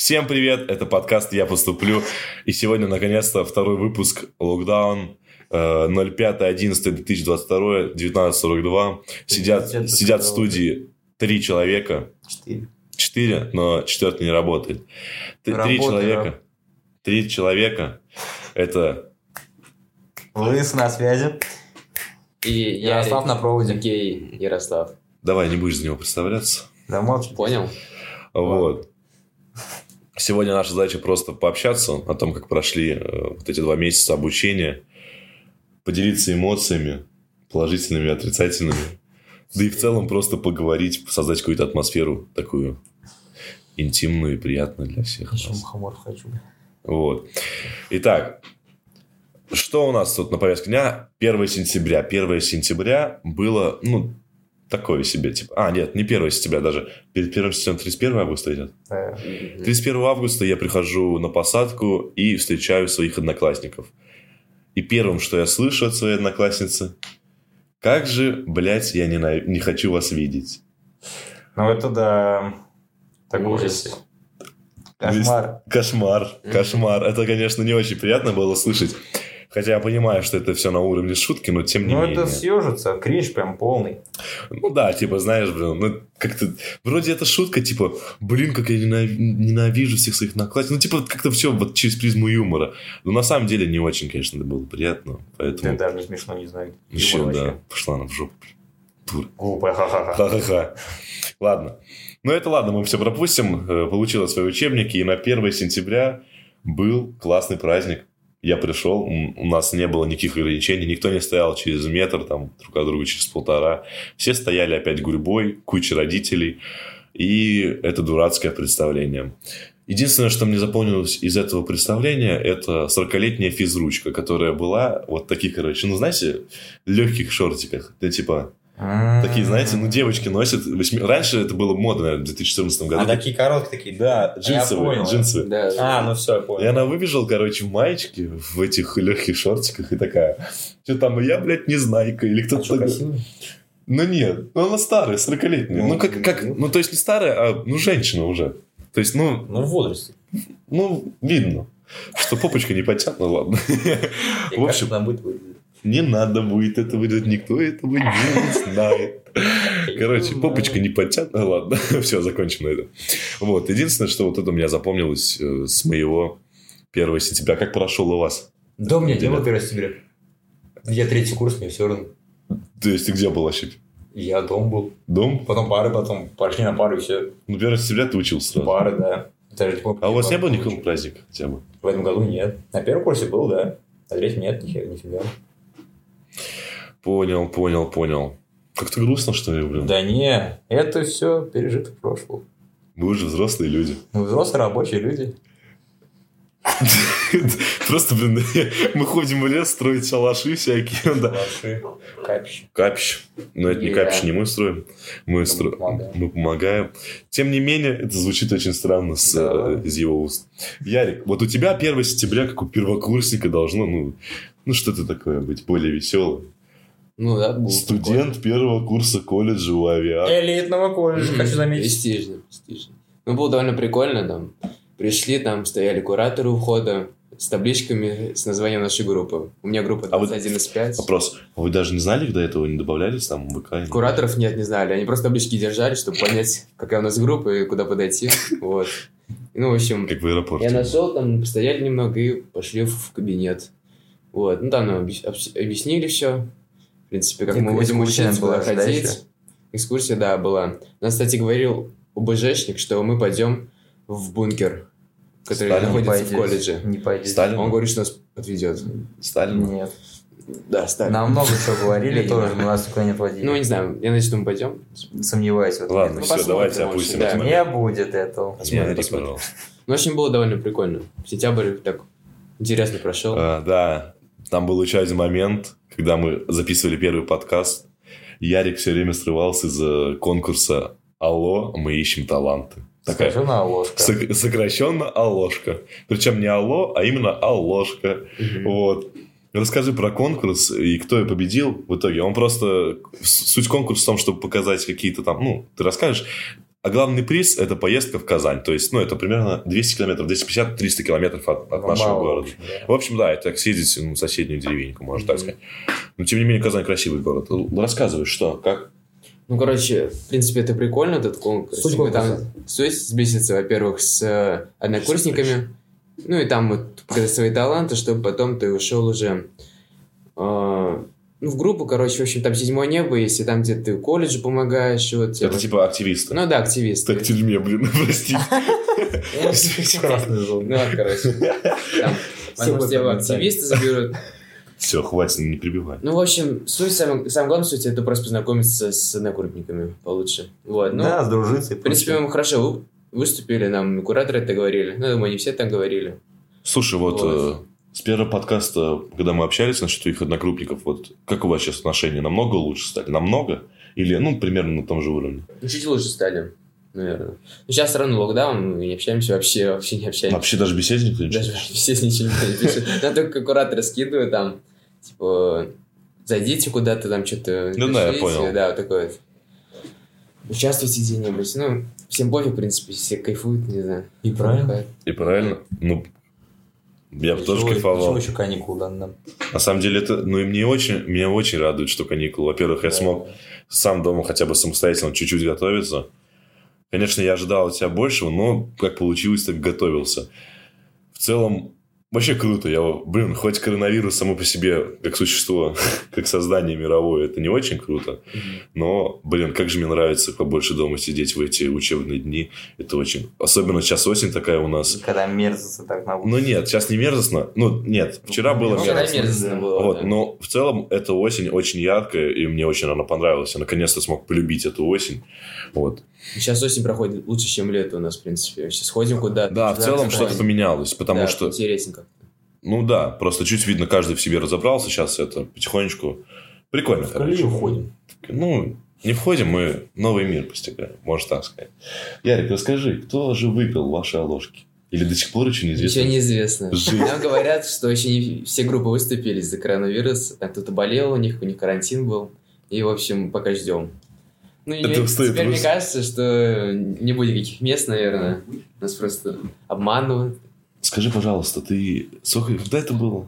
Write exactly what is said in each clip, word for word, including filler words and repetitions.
Всем привет, это подкаст «Я поступлю». И сегодня, наконец-то, второй выпуск «Локдаун». ноль пятое одиннадцатое две тысячи двадцать второе, девятнадцать сорок два. Сидят, сидят в студии три человека. Четыре. Четыре, но четвертый не работает. Три Работает, человека. да. Три человека. Это... Лыс на связи. И Ярослав на проводе. Окей, Ярослав. Давай, не будешь за него представляться. Да молчи. Понял? Вот. Сегодня наша задача просто пообщаться о том, как прошли э, вот эти два месяца обучения, поделиться эмоциями, положительными и отрицательными, да и в целом просто поговорить, создать какую-то атмосферу такую интимную и приятную для всех Еще нас. мухомор хочу. Вот. Итак, что у нас тут на повестке дня? первое сентября. первое сентября было, ну, такое себе, типа... А, нет, не первое сентября даже. Перед первым сентябрем тридцать первое августа идет. Да. тридцать первого августа я прихожу на посадку и встречаю своих одноклассников. И первым, что я слышу от своей одноклассницы: как же, блядь, я ненав... не хочу вас видеть. Ну это да. Такой Ужас. кошмар. Кошмар, кошмар. Это, конечно, не очень приятно было слышать. Хотя я понимаю, что это все на уровне шутки, но тем не Ну менее. это съежится, кринж прям полный. Ну да, типа, знаешь, блин, ну как-то... Вроде это шутка, типа, блин, как я ненав- ненавижу всех своих одноклассников. Ну, типа, как-то все вот через призму юмора. Но на самом деле не очень, конечно, это было приятно. Поэтому... Это даже не смешно, не знаю. Еще, Юмор да, вообще. пошла она в жопу. Дура. Глупая, ха-ха-ха. Ха-ха-ха. Ладно. Ну, это ладно, мы все пропустим. Э, Получила свои учебники. И на первое сентября был классный праздник. Я пришел, м, у нас не было никаких ограничений. Никто не стоял через метр, там, друг от друга через полтора. Все стояли опять гурьбой, куча родителей. И это дурацкое представление. Единственное, что мне запомнилось из этого представления, это сорокалетняя физручка, которая была вот таких, короче, ну, знаете, легких шортиках. Это типа... Такие, знаете, ну, девочки носят... восьми- Раньше это было модно, наверное, в две тысячи четырнадцатом году. А такие короткие такие. Да, Я джинсовые, понял. джинсовые. Да. А, ну все, я И понял. она выбежала, короче, в маечке, в этих легких шортиках, и такая: что там, я, блядь, незнайка, или кто-то А что, такой. красивый? Ну, нет, ну, она старая, сорокалетняя. Ну, Ну, как, как, ну, то есть, не старая, а, ну, женщина уже. То есть, ну, Ну, в возрасте. ну, видно, что попочка не потянута, ладно. И В как общем, она будет выглядеть? не надо будет это выделать, никто этого не знает. Короче, попочка не подтянута. Ладно, все, закончим на этом. Вот, единственное, что вот это у меня запомнилось э, с моего первого сентября. Как прошел у вас? Да, у меня не Неделя. было первого сентября. Я третий курс, мне все равно. То есть, ты где был вообще? Я дом был. Дом? Потом пары, потом пошли на пару, и все. Ну, первого сентября ты учился сразу. Пары, да. Даже не помню, А у вас не пары было никакого получили. праздника хотя бы? В этом году нет. На первом курсе был, да. На третьем нет, нифига. нифига. Понял, понял, понял. Как-то грустно, что ли, блин? Да не, это все пережиток прошлого. Мы уже взрослые люди. Мы взрослые рабочие люди. Просто, блин, мы ходим в лес строить шалаши всякие. Да. Ваши капища. Капищ. Но это не Yeah. капищ, не мы строим. Мы, стро... помогаем. мы помогаем. Тем не менее, это звучит очень странно с, Да. э, из его уст. Ярик, вот у тебя первое сентября, как у первокурсника, должно, ну, ну что-то такое быть более веселое. Ну да, был Студент первого курса колледжа у авиа. Элитного колледжа, прикольно. хочу заметить. Престижно, престижно. Ну, было довольно прикольно, там. Пришли, там стояли кураторы у входа с табличками с названием нашей группы. У меня группа А вы- двадцать один из пять. Вопрос. А вы даже не знали, до этого не добавлялись там в ВК? Кураторов нет, не знали. Они просто таблички держали, чтобы понять, какая у нас группа и куда подойти. Вот. Ну, в общем, Как в аэропорте. я нашел, там, постояли немного и пошли в кабинет. Вот. Ну, там нам объяс- объяс- объяснили все. В принципе, как И мы будем экскурсия учиться, была, куда да, ходить. еще? Экскурсия, да, была. Нас, кстати, говорил УБЖшник, что мы пойдем в бункер, который Сталин находится в пойдете. колледже. Не пойдете. Сталин? Он говорит, что нас отведет. Сталин? Нет. Да, Сталин. Нам много чего говорили Не тоже, знаю. но нас никуда не отводили. Ну, не знаю, я надеюсь, что мы пойдем. Сомневаюсь в этом. Ладно, Ну, все, посмотрим, давайте может, опустим да. этот Не момент. будет этого. Смотри, посмотрим. пожалуйста. Ну, в общем, было довольно прикольно. Сентябрь так интересно прошел. А, да, там был еще один момент, когда мы записывали первый подкаст. Ярик все время срывался из конкурса «Алло, мы ищем таланты». Такая Скажу на ложка. сок- сокращенно «Аллошка». Причем не «Алло», а именно «Аллошка». Мгм. Вот. Расскажи про конкурс и кто и победил в итоге. Он просто... Суть конкурса в том, чтобы показать какие-то там... Ну, ты расскажешь. А главный приз – это поездка в Казань. То есть, ну, это примерно двести километров, двести пятьдесят - триста километров от, от Ну, нашего мало, города. в общем, да. В общем, да, это как съездить ну, в соседнюю деревеньку, можно так сказать. Но, тем не менее, Казань красивый город. Рассказывай, что, как? Ну, короче, в принципе, это прикольно, этот конкурс. Суть Мы там конкурса. суть сблизиться, во-первых, с э, однокурсниками. Ну, и там вот показать свои таланты, чтобы потом ты ушел уже э, ну, в группу, короче, в общем, там седьмое небо, если там где ты колледжу помогаешь. Вот, Это типа активисты. Ну да, активисты. Так, тюрьме, блин, прости. Красная зона. Ну, вот, короче. Там, возможно, тебя будет активисты заберут. Все, хватит, не прибивай. Ну, в общем, суть, самая, самая главная суть, это просто познакомиться с однокурсниками получше. Вот, ну, Да, сдружиться. и в принципе, прочее. мы хорошо вы- выступили, нам кураторы это говорили. Ну, думаю, не все так говорили. Слушай, вот, Вот. э, с первого подкаста, когда мы общались насчет твоих однокрупников, вот как у вас сейчас отношения? Намного лучше стали? Намного? Или, ну, примерно на том же уровне? Ну, чуть лучше стали, наверное. Но сейчас все равно локдаун, мы не общаемся вообще, вообще не общаемся. Вообще даже беседы никто не Даже пишет? все ничего не пишут. Нам только кураторы скидывают там, типа, зайдите куда-то там, что-то Ну да, я пишите. понял. Да, вот такое вот. Участвуйте где-нибудь. Ну, всем пофиг, в принципе, все кайфуют, не знаю. И правильно. И правильно? Ну, я бы Почему- тоже кайфовал. Почему еще каникулы да, нам? На самом деле, это, ну, и мне очень, меня очень радует, что каникулы. Во-первых, я Да. смог сам дома хотя бы самостоятельно чуть-чуть готовиться. Конечно, я ожидал от себя большего, но как получилось, так готовился. В целом, вообще круто. Я, блин, хоть коронавирус само по себе, как существо, как создание мировое, это не очень круто. Но, блин, как же мне нравится побольше дома сидеть в эти учебные дни. Это очень... Особенно сейчас осень такая у нас. Когда мерзнется так на улице. Ну, нет, сейчас не мерзостно. Ну, нет, вчера было Ну, Вчера мерзостно. мерзостно было. Вот, да. но в целом эта осень очень яркая, и мне очень она понравилась. Я наконец-то смог полюбить эту осень. Вот. Сейчас осень проходит лучше, чем лето у нас, в принципе. Сейчас ходим куда-то. Да, в целом как-то что-то поменялось, потому да, что... интересненько. Ну да, просто чуть видно, каждый в себе разобрался. Сейчас это потихонечку... Прикольно, В короче. колею входим. Ну, не входим, мы новый мир постигаем, можно так сказать. Ярик, расскажи, кто же выпил ваши оложки? Или до сих пор еще неизвестно? Ничего неизвестно. Жесть. Нам говорят, что еще не все группы выступили из-за коронавируса. Там кто-то болел у них, у них карантин был. И, в общем, пока ждем. Ну, Это и стоит теперь мне выс- кажется, что не будет никаких мест, наверное. Нас просто обманывают. Скажи, пожалуйста, ты... Сколько... Когда это было?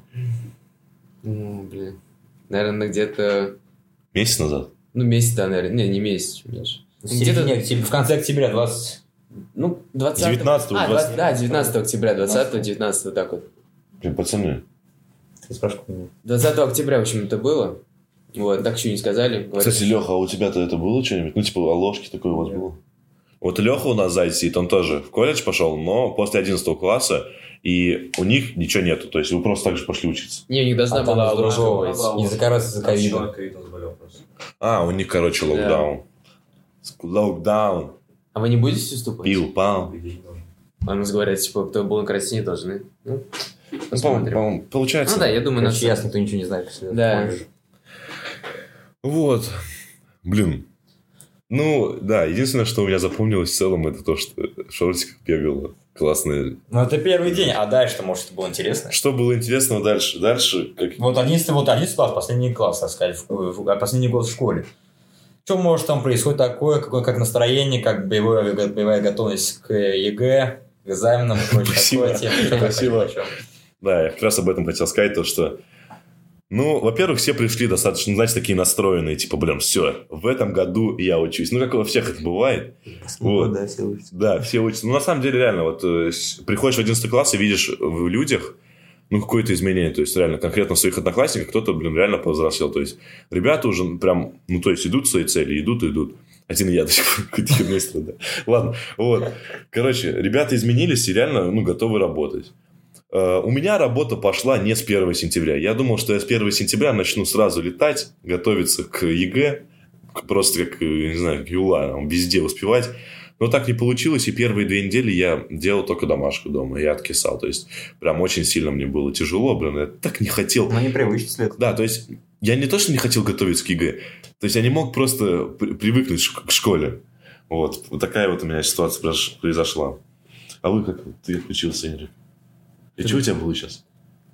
Ну, блин. Наверное, где-то... Месяц назад? Ну, месяц, да, наверное. Не, не месяц, чуть меньше. В середине октября- в конце октября двадцать. Ну, двадцатого... девятнадцатого, А, двадцатого. двадцать да, девятнадцатого октября, двадцатого, девятнадцатого, так вот. Блин, пацаны, Ты спрашиваешь меня. двадцатого октября, в общем, это было. Вот, так еще не сказали. Говорят, кстати, Леха, а у тебя-то это было что-нибудь? Ну, типа, оложки такое у вас Нет. было? Вот Леха у нас сзади сидит, он тоже в колледж пошел, но после одиннадцатого класса, и у них ничего нету. То есть вы просто так же пошли учиться. Не, у них должна А там была из другого, оложка из- быть. Из-за раз из-за ковида. А, у них, короче, локдаун. Локдаун. А вы не будете выступать? Пил, пал. А у нас говорят, типа, кто был на карантине, должны. Ну, Ну, по-моему, посмотрим. по-моему, получается. Ну да, я думаю, нас... Короче, ясно, никто ничего не знает. после Да. колледжа. Вот. Блин. Ну, да, единственное, что у меня запомнилось в целом, это то, что Шортик бегала. Классная. Ну, это первый день, а дальше-то, может, это было интересно. Что было интересного дальше? Дальше, как... Вот одиннадцатый, вот одиннадцатый класс, последний класс, так сказать, в- в- последний год в школе. Что может там происходить такое, какое, как настроение, как боевое, боевая готовность к ЕГЭ, к экзаменам, и прочее Спасибо. такое. Тема, Спасибо. о чем. Да, я как раз об этом хотел сказать, то, что... Ну, во-первых, все пришли достаточно, знаете, такие настроенные, типа, блин, все, в этом году я учусь. Ну, как во всех это бывает. Вот. Да, все учатся. Да, все учатся. Ну, на самом деле, реально, вот э, с- приходишь в одиннадцатый класс и видишь в людях, ну, какое-то изменение. То есть, реально, конкретно в своих одноклассниках кто-то, блин, реально повзрослел. То есть, ребята уже прям, ну, то есть, идут к своей цели, идут, идут. Один я до сих пор какой-то херней страдаю. Ладно, вот. Короче, ребята изменились и реально, ну, готовы работать. Э, У меня работа пошла не с первого сентября. Я думал, что я с первого сентября начну сразу летать, готовиться к ЕГЭ, к- просто как, э, не знаю, как Юла, там, везде успевать. Но так не получилось, и первые две недели я делал только домашку дома, я откисал. То есть, прям очень сильно мне было тяжело, блин, я так не хотел. Ну, непривычно след. Да, то есть, я не то, что не хотел готовиться к ЕГЭ, то есть, я не мог просто при- привыкнуть ш- к школе. Вот, вот такая вот у меня ситуация произош- произошла. А вы как? Ты отключился, Энрик? И что у тебя было сейчас?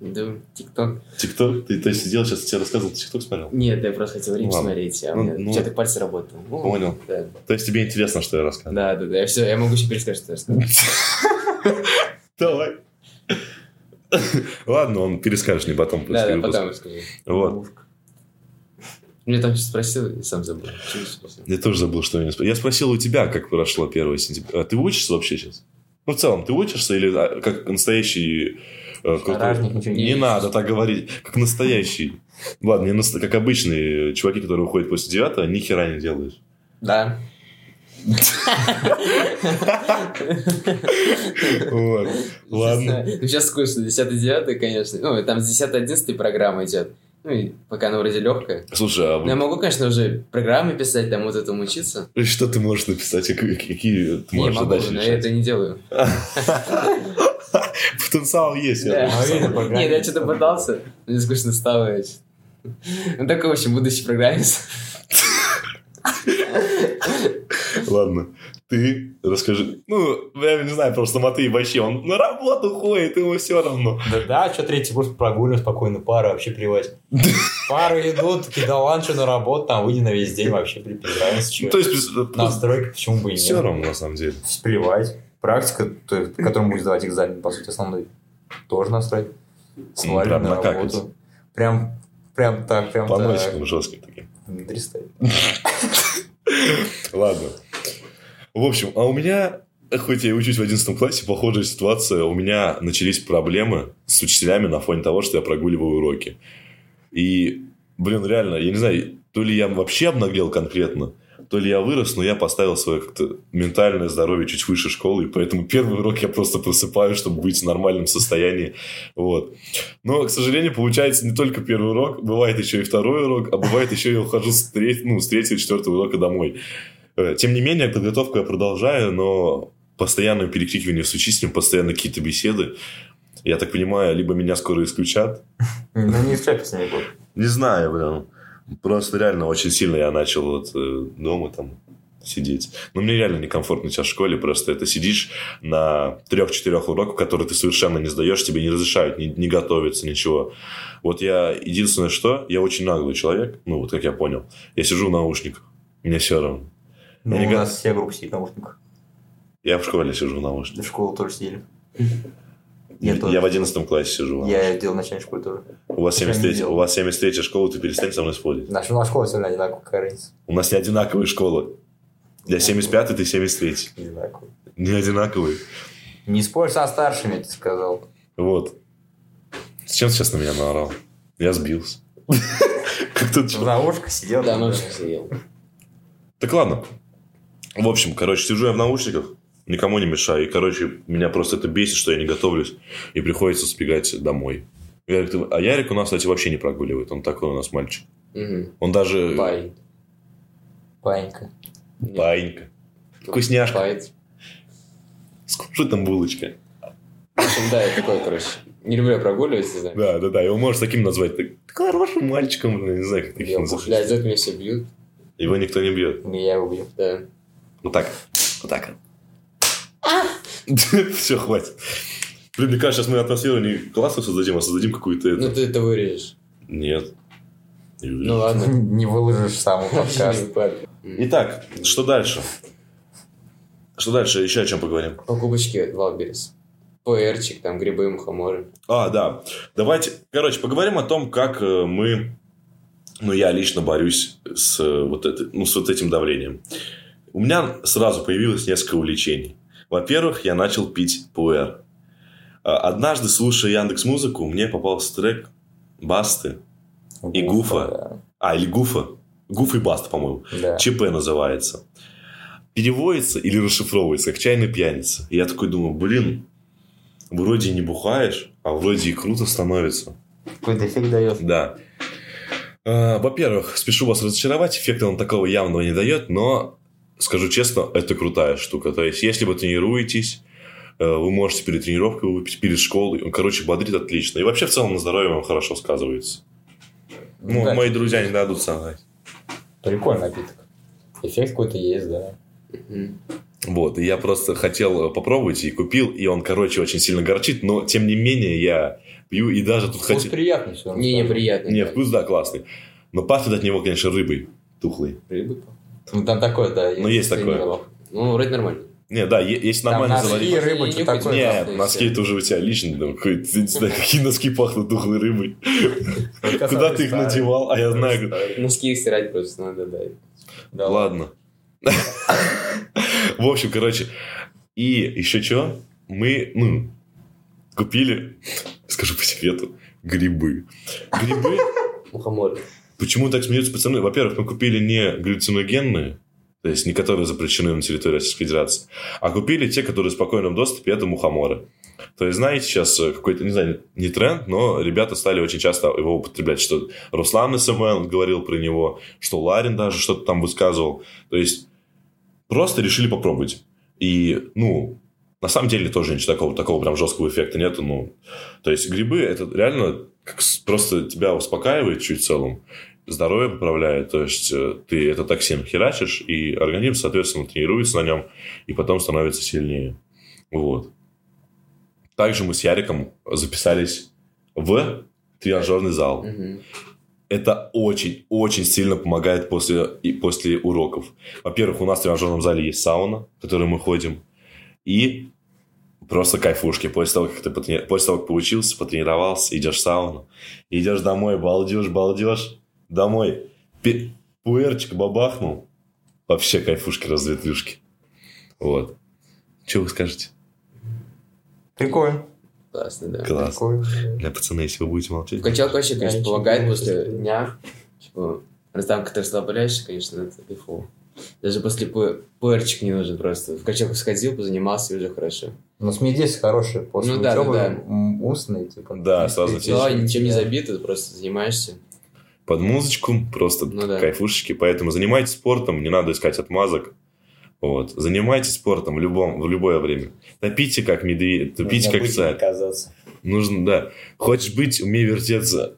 Да, ТикТок. ТикТок? Ты то есть сидел, сейчас тебе рассказывал, ты ТикТок смотрел? Нет, я просто хотел рим Ладно. смотреть, а Ну, у меня ну, что-то пальцы работают. Ну, Понял. Да. То есть тебе интересно, что я рассказываю? Да, да, да. Я все, я могу еще пересказать, что я рассказал. Давай. Ладно, он перескажешь мне потом Да, после да, выпуска. потом расскажу. Вот. Мне там что-то спросил и сам забыл. Что я спросил? Я тоже забыл, что я не спросил. Я спросил у тебя, как прошло первое сентября. А ты учишься вообще сейчас? Ну, в целом, ты учишься или а, как настоящий... э, крутой- Ражник ничего не Не учишься. надо так говорить. Как настоящий. Ладно, не наст- как обычные чуваки, которые уходят после девятого, ни хера не делаешь. Да. Вот. Ладно. Ну, сейчас скучно. десятый девятый, конечно. Ну, там с десятой одиннадцатой программа идет. Ну, и пока она вроде легкая. Слушай, а Но я могу, конечно, уже программы писать, там вот этому учиться. вы- что ты можешь написать? Какие, какие ты Не, можешь могу, задачи но я решать? это не делаю. Потенциал есть, я Да. думаю. Наверное, программист. Нет, я что-то пытался, мне скучно стало. я чё- Ну, такой, в общем, будущий программист. Ладно, ты расскажи. Ну, я не знаю, просто Матвей вообще, он на работу ходит, ему все равно. Да, да, что третий курс прогуливаем спокойно, пары вообще плевать. Пары идут, такие, да ладно, что на работу, там, выйди на весь день, вообще при- без разницы, Ну, что. то есть, Настройка, почему бы и нет. все равно, на самом деле. Плевать. Практика, то, которому будет сдавать экзамен, по сути, основной, тоже настроить. Свалим прям на накакать. работу. Прям, прям так, прям По так. ночкам жестким таким. Внутри стоит. Ладно. В общем, а у меня, хоть я и учусь в одиннадцатом классе, похожая ситуация. У меня начались проблемы с учителями на фоне того, что я прогуливаю уроки. И, блин, реально, я не знаю, то ли я вообще обнаглел конкретно, то ли я вырос, но я поставил свое как-то ментальное здоровье чуть выше школы, и поэтому первый урок я просто просыпаю, чтобы быть в нормальном состоянии. Вот. Но, к сожалению, получается не только первый урок, бывает еще и второй урок, а бывает еще я ухожу с, треть, ну, с третьего и четвертого урока домой. Тем не менее, подготовку я продолжаю, но постоянное перекрикивание с учителем, постоянно какие-то беседы. Я так понимаю, либо меня скоро исключат. Ну, не исключай с ней будет. Не знаю, блин. Просто реально очень сильно я начал вот э, дома там сидеть. Но мне реально некомфортно сейчас в школе. Просто это сидишь на трех-четырех уроках, которые ты совершенно не сдаешь, тебе не разрешают не, не готовиться, ничего. Вот я единственное, что я очень наглый человек, ну вот как я понял, я сижу в наушниках, мне все равно. Ну, Я у не нас все группы сидят в наушниках. Я в школе сижу в наушниках. В школу тоже сидели. Я, Я тоже. в одиннадцатом классе сижу. в наушниках. Я делал в начальной школе тоже. У вас Я не семьдесят третья, делал. у вас семьдесят третья школа, ты перестань со мной спорить. Наша, наша школа все равно одинаковая, какая разница. У нас не одинаковые школы. Я семьдесят пятый, ты семьдесят третий. Одинаковая. Не одинаковые. Не спорь со старшими, я тебе сказал. Вот. Зачем ты сейчас на меня наорал? Я сбился. Как тут В наушниках сидел. Да, ночью сидел. Так ладно. В общем, короче, сижу я в наушниках, никому не мешаю. И, короче, меня просто это бесит, что я не готовлюсь. И приходится сбегать домой. Ярик, ты- А Ярик у нас, кстати, вообще не прогуливает. Он такой у нас мальчик. Мгм. Он даже... Парень. Панька. Паинька. Вкусняшка. Бывает. Скажи там булочка. В общем, да, я такой, короче. Не люблю прогуливать, не знаю. Да, да, да. Его можешь таким назвать. Так, хорошим мальчиком, блин, не знаю, как ты их Я называешь. Бля, за это меня все бьют. Его никто не бьет. Не, я его бью. Да. Вот так. Вот так. Все, хватит. Блин, мне кажется, сейчас мы атмосферу не классно создадим, а создадим какую-то Ну, это. ты это вырежешь. Нет. Ну, ладно. Не выложишь сам подкаст. Итак, что дальше? Что дальше? Еще о чем поговорим? Покупочки Валберес. ПРчик, там грибы, мухоморы. А, да. Давайте, короче, поговорим о том, как э, мы, ну, я лично борюсь с, э, вот, это, ну, с вот этим давлением. У меня сразу появилось несколько увлечений. Во-первых, я начал пить пуэр. А, Однажды, слушая Яндекс.Музыку, мне попался трек Басты и Гуфа. А, или Гуфа. Гуф и Баста, по-моему. Да. ЧП называется. Переводится или расшифровывается, как чайная пьяница. И я такой думаю, блин, вроде и не бухаешь, а вроде и круто становится. Какой-то эффект дает. Да. А, Во-первых, спешу вас разочаровать, эффекта он такого явного не дает, но, скажу честно, это крутая штука. То есть, если вы тренируетесь, э, вы можете перед тренировкой выпить, перед школой. Он, короче, бодрит отлично. И вообще, в целом, на здоровье вам хорошо сказывается. Ну, Да, мои друзья не дадут соврать. Прикольный напиток. Эффект какой-то есть, да. Мгм. Вот, и я просто хотел попробовать и купил, и он, короче, очень сильно горчит, но, тем не менее, я пью, и даже тут Вкус хотел... приятный все равно. Не, неприятный. Не, вкус, да, классный. Но пахнет от него, конечно, рыбой тухлой. Рыбы. Ну, там такое, да. Ну, есть такое. запах. Ну, вроде нормально. Не, да, е- есть нормально носки, заварить. рыба, Не что хоть такое? Нет, классные носки все. это уже у тебя лично. Там, какой- ты не знаю, какие носки пахнут тухлой рыбой. Только Куда самый ты их старый. надевал? А я знаю. Старый. Носки их стирать просто надо, да. Да Ладно. В общем, короче. И еще что? Мы, ну, купили, скажу по секрету, грибы. Грибы. Мухомор. Почему так смеются пацаны? Во-первых, мы купили не галлюциногенные, то есть не которые запрещены на территории Российской Федерации, а купили те, которые в спокойном доступе, это мухоморы. То есть, знаете, сейчас какой-то, не знаю, не тренд, но ребята стали очень часто его употреблять. Что Руслан СМЛ говорил про него, что Ларин даже что-то там высказывал. То есть, просто решили попробовать. И, ну, на самом деле тоже ничего такого, такого прям жесткого эффекта нету. Ну, то есть, грибы, это реально как с- просто тебя успокаивает чуть в целом. Здоровье поправляет, то есть э, ты это токсин херачишь, и организм, соответственно, тренируется на нем, и потом становится сильнее. Вот. Также мы с Яриком записались в тренажерный зал. Мгм. Это очень-очень сильно помогает после, и после уроков. Во-первых, у нас в тренажерном зале есть сауна, в которой мы ходим, и просто кайфушки. После того, как ты потрени- после того, как поучился, потренировался, идешь в сауну, идешь домой, балдеж, балдеж, домой, пи- пуэрчик бабахнул, вообще кайфушки, разветвлюшки. Вот. Что вы скажете? Прикольно. Классно, да. Класс. Прикольно. Для пацаны, если вы будете молчать. Качалка вообще, конечно, Конечно, помогает конечно. после дня. Типа, раз там, когда расслабляешься, конечно, это кайфово. Даже после пу- пуэрчик не нужен просто. В качалку сходил, позанимался, и уже хорошо. Но СМИ здесь хорошие. После Ну да, учебы да, да. м, умственные, типа. Да, сразу Эти- Да, Отлично. ничем не Да. забито, ты просто занимаешься. Под музычку, просто Ну да. кайфушечки. Поэтому занимайтесь спортом, не надо искать отмазок. Вот. Занимайтесь спортом в, любом, в любое время. Топите как медведь, топите Нужно как быть и царь. казаться. Нужно, да. Хочешь быть, умей вертеться.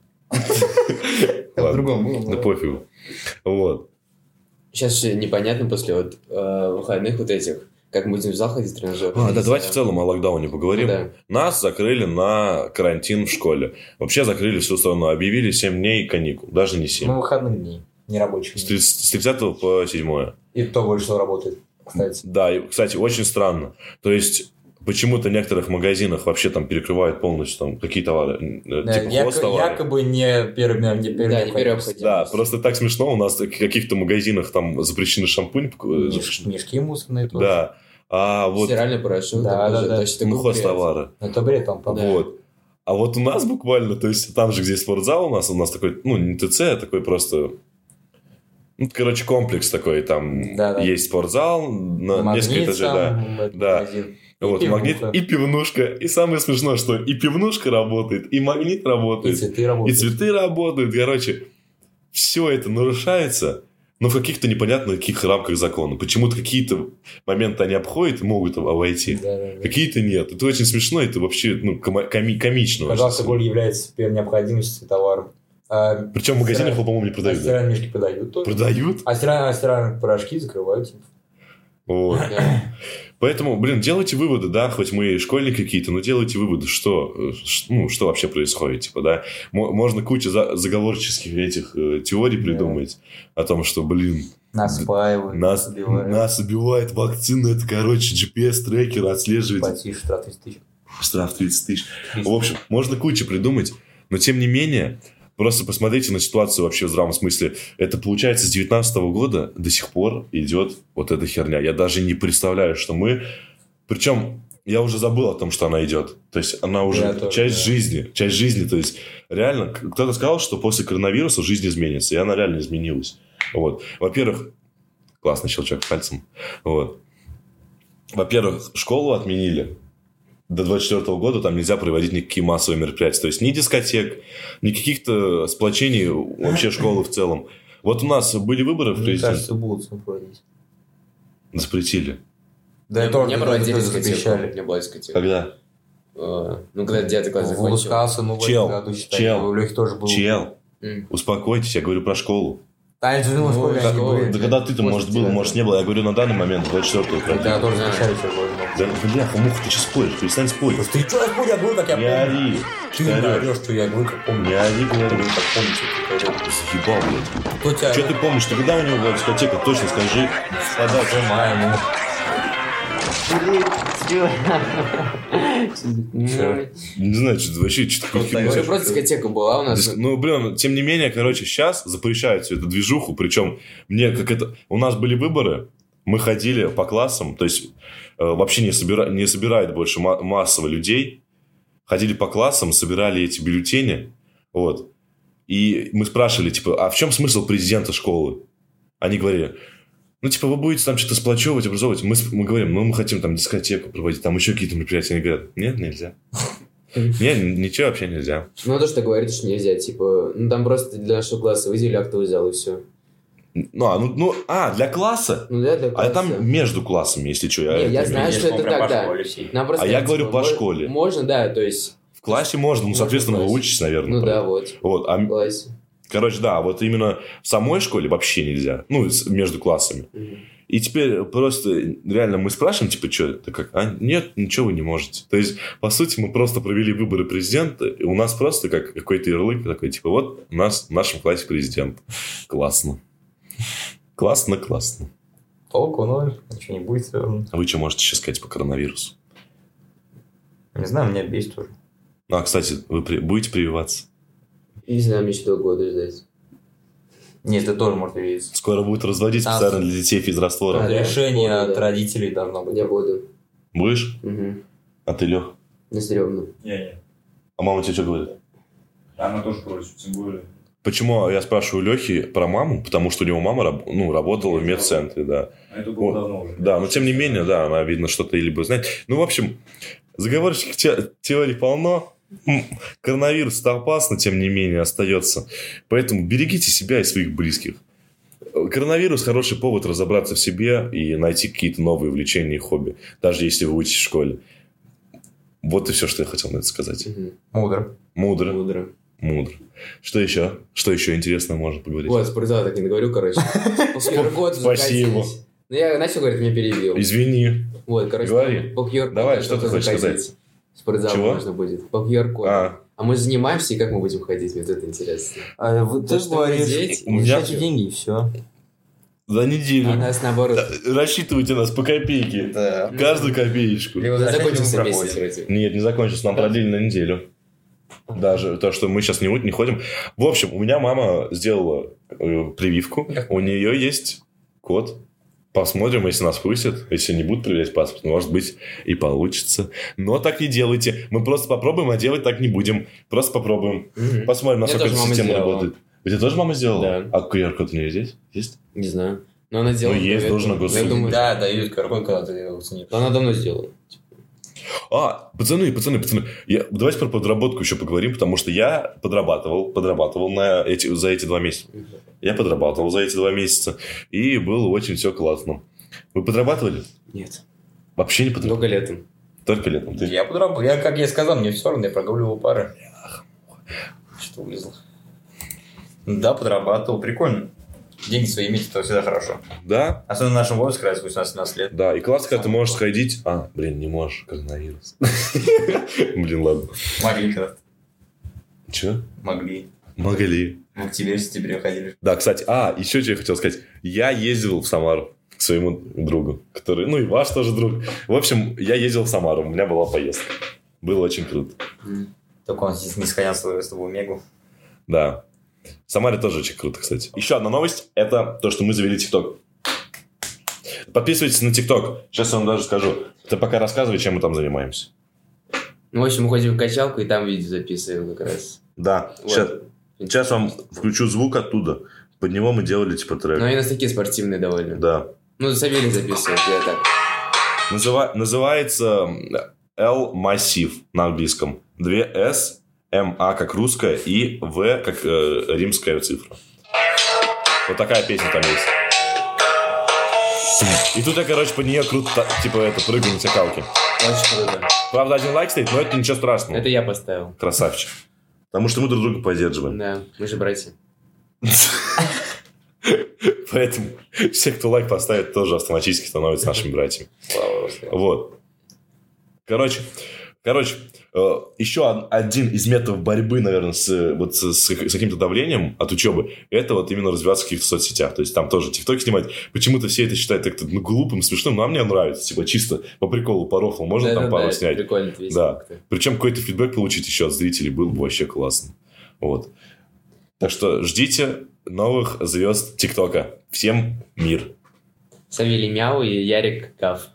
Ладно. По-другому было. Да пофигу. Вот. Сейчас же непонятно после вот э, выходных вот этих, как мы будем в зал ходить в тренажер. А, да, давайте в целом о локдауне поговорим. Ну да. Нас закрыли на карантин в школе. Вообще закрыли всю страну. Объявили семь дней каникул. Даже не семь. Ну, выходных дней, не рабочих С дней. тридцатого с тридцатого по седьмое. И то больше всего работает, кстати. Да, и, кстати, очень странно. То есть, почему-то в некоторых магазинах вообще там перекрывают полностью там какие товары. э, Да, Типа яко- хозтовары. якобы не первым, не первым. Да, не переобходимость. Да, просто так смешно. У нас в каких-то магазинах там запрещены шампунь. э, Меш- Мешки мусорные тоже. Да. А вот Стиральный порошок, Да, там да, тоже да. точно ну, такой бред. хозтовары. Это бред, там, по Да. Вот. А вот у нас буквально, то есть там же, где спортзал у нас, у нас такой, ну, не ТЦ, а такой просто... Ну, короче, комплекс такой, там Да, да. есть спортзал на Магнит несколько этажей, да. сам, этот Да. магазин. И Вот, пивнуха. магнит и пивнушка. И самое смешное, что и пивнушка работает, и магнит И работает, цветы и работают. цветы работают. Короче, все это нарушается, но в каких-то непонятных каких рамках закона. Почему-то какие-то моменты они обходят и могут обойти. Да, да, да. Какие-то нет. Это очень смешно, это вообще ну, коми- коми- комично. Когда очень алкоголь сильно. является первой необходимостью товаром. А, Причем в магазинах его, по-моему, не а продают. да? стиральные мешки продают тоже. Продают? А стиральные, а стиральные порошки закрывают. типа. Вот. Да. Поэтому, блин, делайте выводы, да, хоть мы и школьники какие-то, но делайте выводы, что, э, ш- ну, что вообще происходит, типа, да. Мо- Можно кучу за- заговорческих этих э, теорий Да. придумать о том, что, блин, Нас спаивают, нас, убивают. нас убивает вакцина, это, короче, джи пи эс-трекер отслеживает, Потише, штраф тридцать тысяч. штраф тридцать тысяч. В общем, можно кучу придумать, но тем не менее, просто посмотрите на ситуацию вообще в здравом смысле. Это, получается, с девятнадцатого года до сих пор идет вот эта херня. Я даже не представляю, что мы... Причем я уже забыл о том, что она идет. То есть она уже Я тоже, часть да. жизни. Часть жизни. То есть реально, к- кто-то сказал, что после коронавируса жизнь изменится. И она реально изменилась. Вот. Во-первых, классный щелчок пальцем. Вот. Во-первых, школу отменили. До двадцать четвёртого года там нельзя проводить никакие массовые мероприятия. То есть ни дискотек, ни каких-то сплочений вообще школы в целом. Вот у нас были выборы в Мне президент. кажется, будут проводить. Запретили. Да, Не- и тоже не тоже проводили тоже дискотеку. запрещали. У меня была дискотека. Когда? Э, Ну, когда девятый класс В закончил. Лускаса, ну, в Чел, этом году, считай, чел, у Лехи тоже был. Чел, М. успокойтесь, я говорю про школу. А это же ну, сколько Да, они были? да когда ты-то, может, был, может, не было. Я говорю, на данный момент двадцать четвёртого. Я тоже встречаюсь уже. Да, бляха, муха, ты что споришь? Перестань спорить. Ты что споришь? Я говорю, как я Не помню. ори. Ты не орешь, что я говорю, как помню. Не ори, говорю. Как помню, что ты говорил. Съебал, блядь. Кто тебя... Что ты помнишь? Ты когда у него была дискотека? Точно скажи. Подача мая, ну. Не знаю, что вообще что такое Уже херня. просто дискотека была у нас. Ну, блин, тем не менее, короче, сейчас запрещают всю эту движуху, причем мне как это... У нас были выборы, мы ходили по классам, то есть э, вообще не, собира... не собирает больше ма- массово людей, ходили по классам, собирали эти бюллетени, вот, и мы спрашивали, типа, а в чем смысл президента школы? Они говорили... Ну, типа, вы будете там что-то сплачевывать, образовывать. Мы, мы говорим, ну, мы хотим там дискотеку проводить, там еще какие-то мероприятия. Они говорят, нет, нельзя. Нет, ничего вообще нельзя. Ну, то, что говорит, что нельзя, типа, ну, там просто для нашего класса выделили актовый зал, и все. Ну, а, ну, ну, а, для класса? Ну, да, для класса. А там между классами, если что. Не, я это- знаю, что это так, да. Нам просто, А я типа, говорю по мо- школе. Можно, да, то есть... В классе можно, ну, Можно соответственно, в вы классе. учитесь, наверное. Ну, там. да, вот, Вот, а, в классе. короче, да, вот именно в самой школе вообще нельзя. Ну, с- между классами. Мгм. И теперь просто реально мы спрашиваем, типа, что это как? А нет, ничего вы не можете. То есть, по сути, мы просто провели выборы президента, и у нас просто как какой-то ярлык такой, типа, вот у нас в нашем классе президент. Классно. Классно, классно. Толку ноль, ничего не будет. всё. А вы что можете сейчас сказать по коронавирусу? Не знаю, меня бесит тоже. А, кстати, вы при- будете прививаться? Не знаю, мне еще два года ждать. Нет, это тоже может явиться. Скоро будут разводить А, специально для детей физраствора. да? Разрешение Буду, от да. родителей должно быть. Я буду. Будешь? Угу. А ты, Лех? На стрёмно. Не-не. А мама тебе что говорит? Она тоже против, тем более. Почему я спрашиваю Лехи про маму? Потому что у него мама раб- ну, работала в медцентре, да. А это было Вот. давно уже. Да, но тем не менее, да, она, видно, что-то либо знает. Ну, в общем, заговорщиков те- теорий полно. М, Коронавирус-то опасно, тем не менее, остается. Поэтому берегите себя и своих близких. Коронавирус – хороший повод разобраться в себе и найти какие-то новые увлечения и хобби, даже если вы учитесь в школе. Вот и все, что я хотел на это сказать. Угу. Мудро. Мудро. Мудро. Мудро. Что еще? Что еще интересно можно поговорить? Вот, спортзал так не договорю, короче. После года Спасибо. закатились. Ну, я начал говорить, меня перебил. Извини. Вот, короче, Говори. по QR-коду Давай, что ты только хочешь заходить. сказать? В спортзал Чего? можно будет. По ку ар-коду. А, А мы же занимаемся, и как мы будем ходить? Мне вот это интересно. А вы, То, ты что говоришь, здесь, у меня- езжайте деньги и все. за неделю. А нас наоборот. Рассчитывайте нас по копейке. Да. Каждую копеечку. Либо Да, зачем закончился мы месяц проходим? вроде. Нет, не закончился. Нам продлили на неделю. Даже то, что мы сейчас не, не ходим. В общем, у меня мама сделала э, прививку. У нее есть код. Посмотрим, если нас пустят. Если не будут проверять паспорт, может быть, и получится. Но так не делайте. Мы просто попробуем, а делать так не будем. Просто попробуем. Мгм. Посмотрим, Мне насколько тоже эта мама система сделала. работает. У тебя тоже мама сделала? Да. А ку ар-код у нее здесь? Есть? Не знаю. Но она сделала. Ну, есть, поэтому- должен на Я госуслуги. думаю, Да, дают каркой, когда ты его ценишь. что она давно сделала. А, пацаны, пацаны, пацаны, я, давайте про подработку еще поговорим, потому что я подрабатывал, подрабатывал на эти, за эти два месяца. Я подрабатывал за эти два месяца, и было очень все классно. Вы подрабатывали? Нет. Вообще не подрабатывали? Только летом. Только летом. Ты... Я подработал. Я, как я сказал, мне все равно, я прогуливал пары. Что вылезло. Да, подрабатывал. Прикольно. Деньги свои иметь, это всегда хорошо. Да? Особенно в нашем возрасте, когда восемнадцать-семнадцать лет. Да, и классно, когда ты можешь сходить... А, блин, не можешь, коронавирус. Блин, ладно. Могли когда-то. Че? Могли. Могли. Мы к тебе в сентябре ходили. Да, кстати, а, еще что я хотел сказать. Я ездил в Самару к своему другу, который... Ну, и ваш тоже друг. В общем, я ездил в Самару, у меня была поездка. Было очень круто. М. Только он здесь не сходил с тобой в Мегу. Да. В Самаре тоже очень круто, кстати. Еще одна новость. Это то, что мы завели ТикТок. Подписывайтесь на ТикТок. Сейчас я вам даже скажу. Ты пока рассказывай, чем мы там занимаемся. Ну, в общем, мы ходим в качалку, и там видео записываем как раз. Да. Вот. Сейчас, сейчас вам включу звук оттуда. Под него мы делали типа трек. Но они у нас такие спортивные довольно. Да. Ну, Савелий записывает, я так. Называ- называется L-массив на английском. Две S, M-A как русская и V как э, римская цифра. Вот такая песня там есть. И тут я, короче, под нее круто, та- типа, это, прыгаю на скакалке. Очень круто. Правда, один лайк стоит, но это ничего страшного. Это я поставил. Красавчик. Потому что мы друг друга поддерживаем. Да, мы же братья. Поэтому все, кто лайк поставит, тоже автоматически становятся нашими братьями. Вот. Короче, короче, еще один из методов борьбы, наверное, с, вот, с, с каким-то давлением от учебы, это вот именно развиваться в каких-то соцсетях. То есть там тоже тиктоки снимать. Почему-то все это считают как-то ну, глупым, смешным, но а мне нравится. Типа чисто по приколу, по рофлу можно да, там да, пару да, снять. Прикольно, да. Причем какой-то фидбэк получить еще от зрителей было бы вообще классно. Вот. Так что ждите новых звезд ТикТока. Всем мир. Савелий Мяу и Ярик Каф.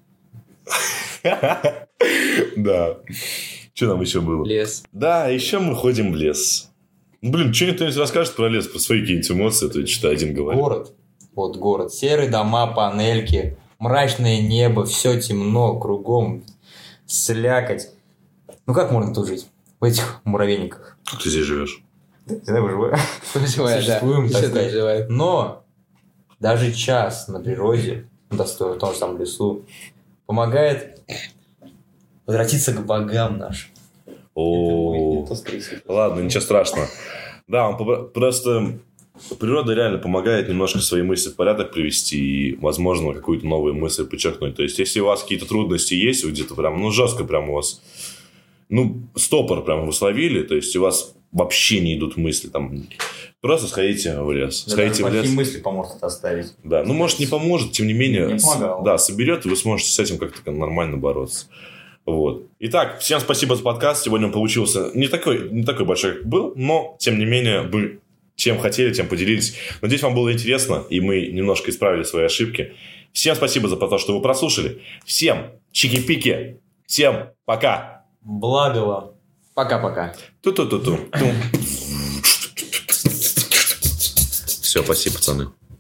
Да. Что там еще было? Лес. Да, еще мы ходим в лес. Блин, что никто не расскажет про лес, про свои какие-нибудь эмоции, то что один говорит. Город. Вот город. Серые дома, панельки, мрачное небо, все темно, кругом, слякоть. Ну как можно тут жить? В этих муравейниках. Как ты здесь живешь? Я выживаю. Существуем, так сказать. Но даже час на природе, в том же самом лесу, помогает возвратиться к богам нашим. О, ладно, ничего страшного. Да, он просто природа реально помогает немножко свои мысли в порядок привести и, возможно, какую-то новую мысль подчеркнуть. То есть, если у вас какие-то трудности есть, вы где-то прям, ну, жестко прям у вас, ну, стопор прям вы словили, то есть, у вас вообще не идут мысли там. Просто сходите в лес. Да, сходите в лес. Плохие мысли поможет это оставить. Да, ну, может, не поможет, тем не менее. Не помогало. Да, соберет, и вы сможете с этим как-то нормально бороться. Вот. Итак, всем спасибо за подкаст. Сегодня он получился не такой, не такой большой, как был, но, тем не менее, мы чем хотели, тем поделились. Надеюсь, вам было интересно, и мы немножко исправили свои ошибки. Всем спасибо за то, что вы прослушали. Всем чики-пики. Всем пока. Благо вам. Пока-пока. Ту-ту-ту-ту. Все, спасибо, пацаны.